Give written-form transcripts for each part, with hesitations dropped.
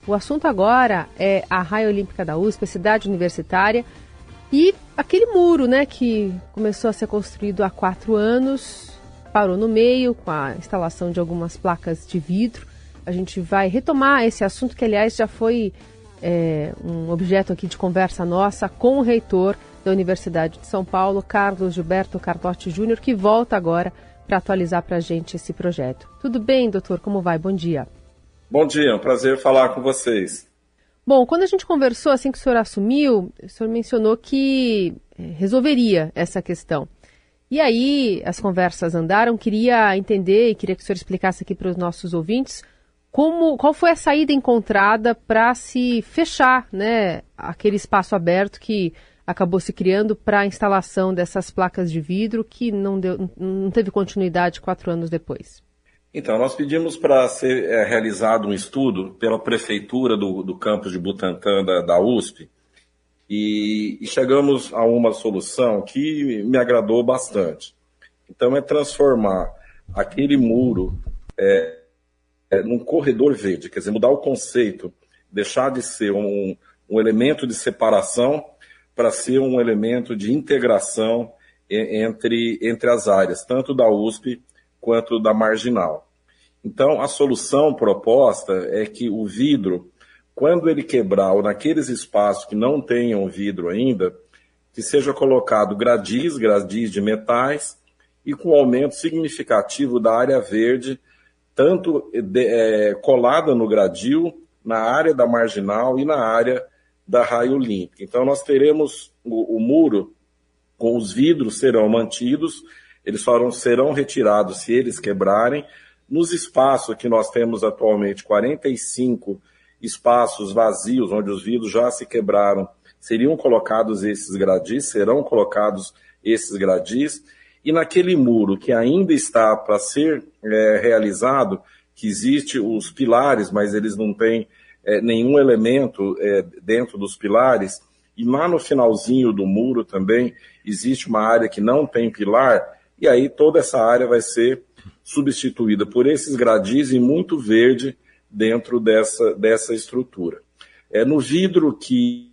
O assunto agora é a Raia Olímpica da USP, a cidade universitária, e aquele muro, né, que começou a ser construído há 4 anos, parou no meio com a instalação de algumas placas de vidro. A gente vai retomar esse assunto que, aliás, já foi um objeto aqui de conversa nossa com o reitor da Universidade de São Paulo, Carlos Gilberto Cardotti Júnior, que volta agora para atualizar para a gente esse projeto. Tudo bem, doutor? Como vai? Bom dia. Bom dia, é um prazer falar com vocês. Bom, quando a gente conversou, assim que o senhor assumiu, o senhor mencionou que resolveria essa questão. E aí as conversas andaram, queria entender e queria que o senhor explicasse aqui para os nossos ouvintes qual foi a saída encontrada para se fechar, né, aquele espaço aberto que acabou se criando para a instalação dessas placas de vidro que não teve continuidade 4 anos depois. Então, nós pedimos para ser realizado um estudo pela prefeitura do campus de Butantã da USP e chegamos a uma solução que me agradou bastante. Então, é transformar aquele muro num corredor verde, quer dizer, mudar o conceito, deixar de ser um elemento de separação para ser um elemento de integração entre as áreas, tanto da USP quanto da Marginal. Então, a solução proposta é que o vidro, quando ele quebrar, ou naqueles espaços que não tenham vidro ainda, que seja colocado gradis de metais e com aumento significativo da área verde, tanto colada no gradil, na área da Marginal e na área da Raia Olímpica. Então, nós teremos o muro, com os vidros serão mantidos, eles serão retirados se eles quebrarem. Nos espaços que nós temos atualmente, 45 espaços vazios, onde os vidros já se quebraram, serão colocados esses gradis, e naquele muro que ainda está para ser realizado, que existe os pilares, mas eles não têm nenhum elemento dentro dos pilares, e lá no finalzinho do muro também existe uma área que não tem pilar, e aí toda essa área vai ser substituída por esses gradis e muito verde dentro dessa estrutura. No vidro que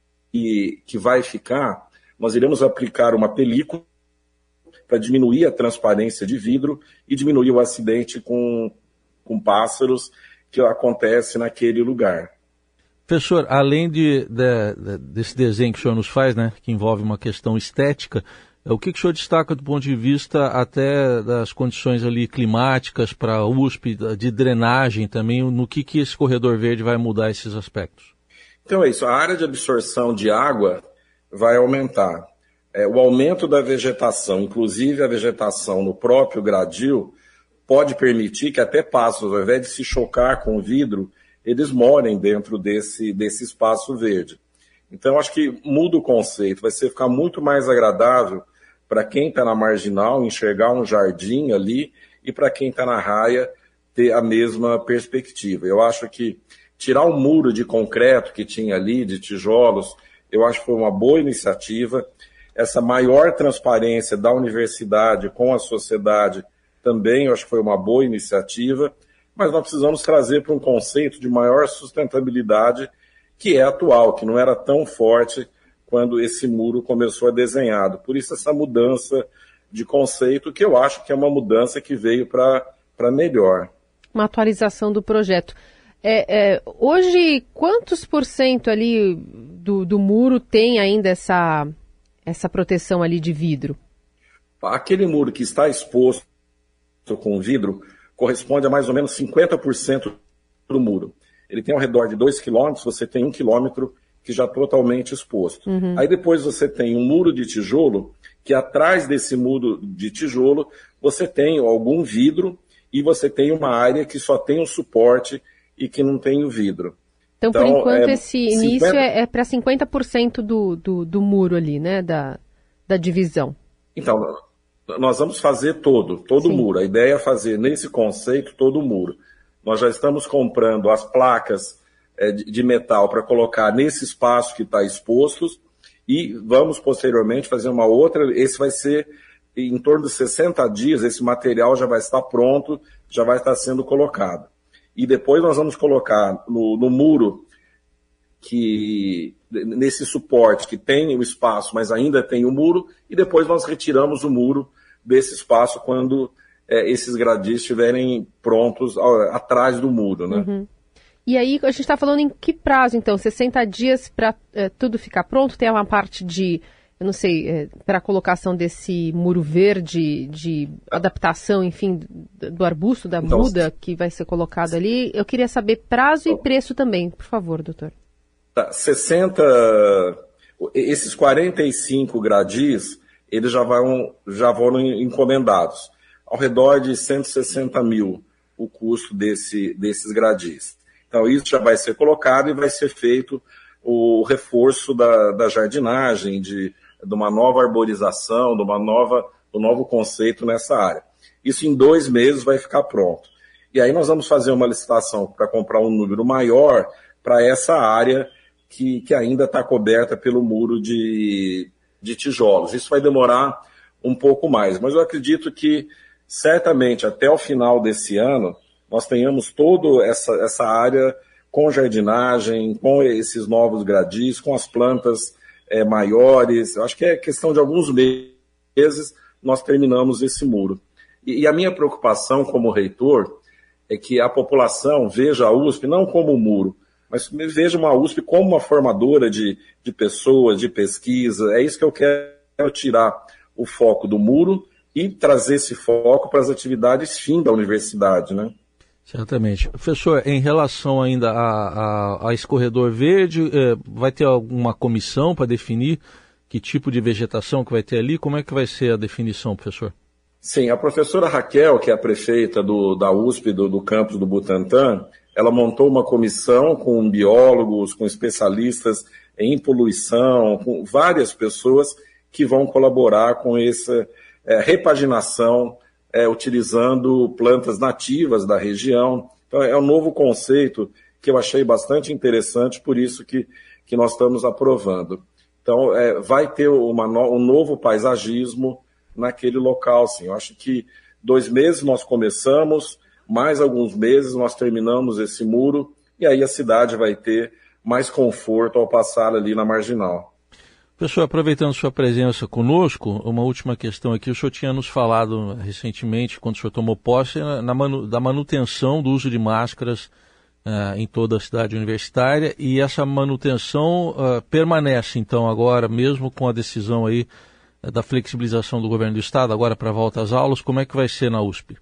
vai ficar, nós iremos aplicar uma película para diminuir a transparência de vidro e diminuir o acidente com pássaros que acontece naquele lugar. Professor, além desse desenho que o senhor nos faz, né, que envolve uma questão estética, o que o senhor destaca do ponto de vista até das condições ali climáticas para a USP, de drenagem também, no que esse corredor verde vai mudar esses aspectos? Então é isso, a área de absorção de água vai aumentar. O aumento da vegetação, inclusive a vegetação no próprio gradil, pode permitir que até pássaros, ao invés de se chocar com o vidro, eles morem dentro desse espaço verde. Então, acho que muda o conceito, vai ficar muito mais agradável para quem está na Marginal enxergar um jardim ali e para quem está na Raia ter a mesma perspectiva. Eu acho que tirar o muro de concreto que tinha ali, de tijolos, eu acho que foi uma boa iniciativa. Essa maior transparência da universidade com a sociedade também eu acho que foi uma boa iniciativa, mas nós precisamos trazer para um conceito de maior sustentabilidade que é atual, que não era tão forte quando esse muro começou a desenhado. Por isso essa mudança de conceito, que eu acho que é uma mudança que veio para melhor. Uma atualização do projeto. Hoje, quantos % ali do muro tem ainda essa proteção ali de vidro? Aquele muro que está exposto com vidro corresponde a mais ou menos 50% do muro. Ele tem ao redor de 2 quilômetros, você tem 1 quilômetro que já totalmente exposto. Uhum. Aí depois você tem um muro de tijolo, que atrás desse muro de tijolo você tem algum vidro e você tem uma área que só tem um suporte e que não tem o vidro. Então por enquanto, esse início é para 50% do muro ali, né, da divisão. Então, nós vamos fazer todo o muro. A ideia é fazer, nesse conceito, todo o muro. Nós já estamos comprando as placas de metal para colocar nesse espaço que está exposto e vamos posteriormente fazer uma outra. Esse vai ser em torno de 60 dias, esse material já vai estar pronto, já vai estar sendo colocado. e depois nós vamos colocar no muro, que nesse suporte que tem o espaço, mas ainda tem o muro, e depois nós retiramos o muro desse espaço quando esses gradis estiverem prontos atrás do muro, né? Uhum. E aí a gente está falando em que prazo, então? 60 dias para tudo ficar pronto? Tem uma parte de, eu não sei, para a colocação desse muro verde, de adaptação, enfim, do arbusto, da muda que vai ser colocado ali. Eu queria saber prazo e preço também, por favor, doutor. Tá, esses 45 gradis, eles já vão encomendados. Ao redor de 160 mil o custo desses gradis. Então isso já vai ser colocado e vai ser feito o reforço da jardinagem, de uma nova arborização, do novo conceito nessa área. Isso em 2 meses vai ficar pronto. E aí nós vamos fazer uma licitação para comprar um número maior para essa área que ainda está coberta pelo muro de tijolos. Isso vai demorar um pouco mais, mas eu acredito que certamente até o final desse ano nós tenhamos toda essa área com jardinagem, com esses novos gradis, com as plantas maiores. Eu acho que é questão de alguns meses nós terminamos esse muro. E a minha preocupação como reitor é que a população veja a USP não como um muro, mas veja uma USP como uma formadora de pessoas, de pesquisa. É isso que eu quero tirar o foco do muro e trazer esse foco para as atividades fim da universidade, né? Certamente. Professor, em relação ainda a esse corredor verde, vai ter alguma comissão para definir que tipo de vegetação que vai ter ali? Como é que vai ser a definição, professor? Sim, a professora Raquel, que é a prefeita da USP, do campus do Butantã, ela montou uma comissão com biólogos, com especialistas em poluição, com várias pessoas que vão colaborar com essa repaginação, utilizando plantas nativas da região. Então é um novo conceito que eu achei bastante interessante, por isso que nós estamos aprovando. Então vai ter um novo paisagismo naquele local, sim. Eu acho que 2 meses nós começamos, mais alguns meses nós terminamos esse muro, e aí a cidade vai ter mais conforto ao passar ali na Marginal. Professor, aproveitando sua presença conosco, uma última questão aqui. O senhor tinha nos falado recentemente, quando o senhor tomou posse, da manutenção do uso de máscaras em toda a cidade universitária, e essa manutenção permanece, então, agora, mesmo com a decisão aí da flexibilização do governo do Estado, agora para a volta às aulas. Como é que vai ser na USP?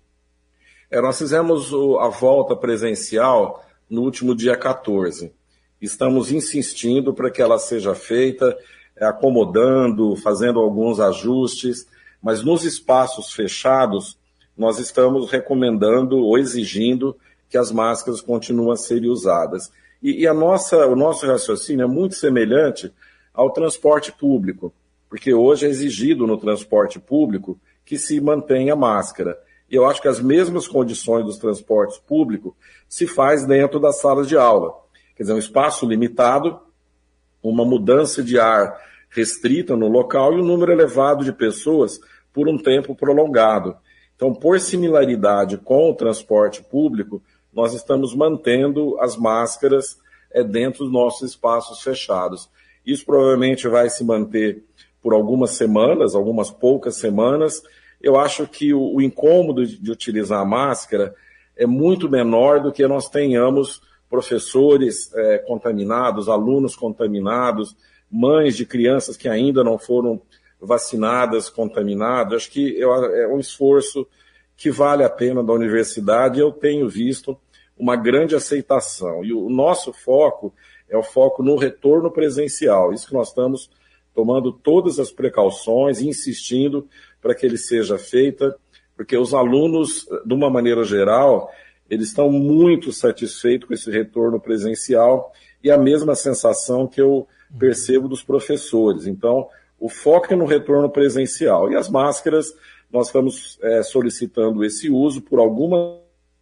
Nós fizemos a volta presencial no último dia 14. Estamos insistindo para que ela seja feita, acomodando, fazendo alguns ajustes, mas nos espaços fechados, nós estamos recomendando ou exigindo que as máscaras continuem a serem usadas. E o nosso raciocínio é muito semelhante ao transporte público, porque hoje é exigido no transporte público que se mantenha máscara. E eu acho que as mesmas condições dos transportes públicos se faz dentro das salas de aula. Quer dizer, um espaço limitado, uma mudança de ar restrita no local e um número elevado de pessoas por um tempo prolongado. Então, por similaridade com o transporte público, nós estamos mantendo as máscaras dentro dos nossos espaços fechados. Isso provavelmente vai se manter por algumas semanas, algumas poucas semanas. Eu acho que o incômodo de utilizar a máscara é muito menor do que nós tenhamos professores contaminados, alunos contaminados, mães de crianças que ainda não foram vacinadas, contaminadas. Acho que é um esforço que vale a pena da universidade. Eu tenho visto uma grande aceitação. E o nosso foco é o foco no retorno presencial. Isso que nós estamos tomando todas as precauções, insistindo para que ele seja feita, porque os alunos, de uma maneira geral, eles estão muito satisfeitos com esse retorno presencial e a mesma sensação que eu percebo dos professores. Então, o foco é no retorno presencial. E as máscaras, nós estamos solicitando esse uso por algumas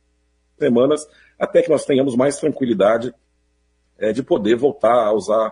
semanas, até que nós tenhamos mais tranquilidade de poder voltar a usar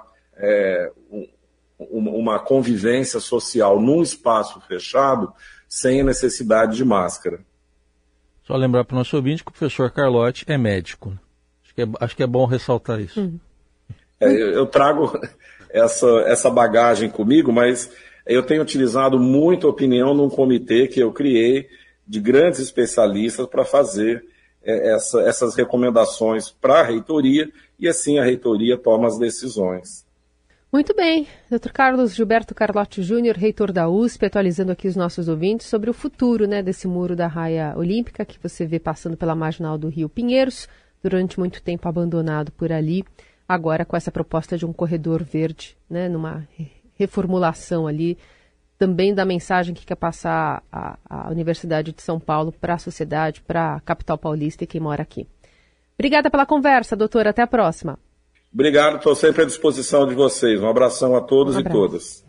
uma convivência social num espaço fechado sem a necessidade de máscara. Só lembrar para o nosso ouvinte que o professor Carlotti é médico. Acho que é bom ressaltar isso. Eu trago essa bagagem comigo, mas eu tenho utilizado muita opinião num comitê que eu criei de grandes especialistas para fazer essas recomendações para a reitoria, e assim a reitoria toma as decisões. Muito bem. Dr. Carlos Gilberto Carlotti Júnior, reitor da USP, atualizando aqui os nossos ouvintes sobre o futuro, né, desse muro da raia olímpica que você vê passando pela marginal do Rio Pinheiros, durante muito tempo abandonado por ali, agora com essa proposta de um corredor verde, né, numa reformulação ali, também da mensagem que quer passar a Universidade de São Paulo para a sociedade, para a capital paulista e quem mora aqui. Obrigada pela conversa, doutora. Até a próxima. Obrigado, estou sempre à disposição de vocês. Um abração a todos e todas.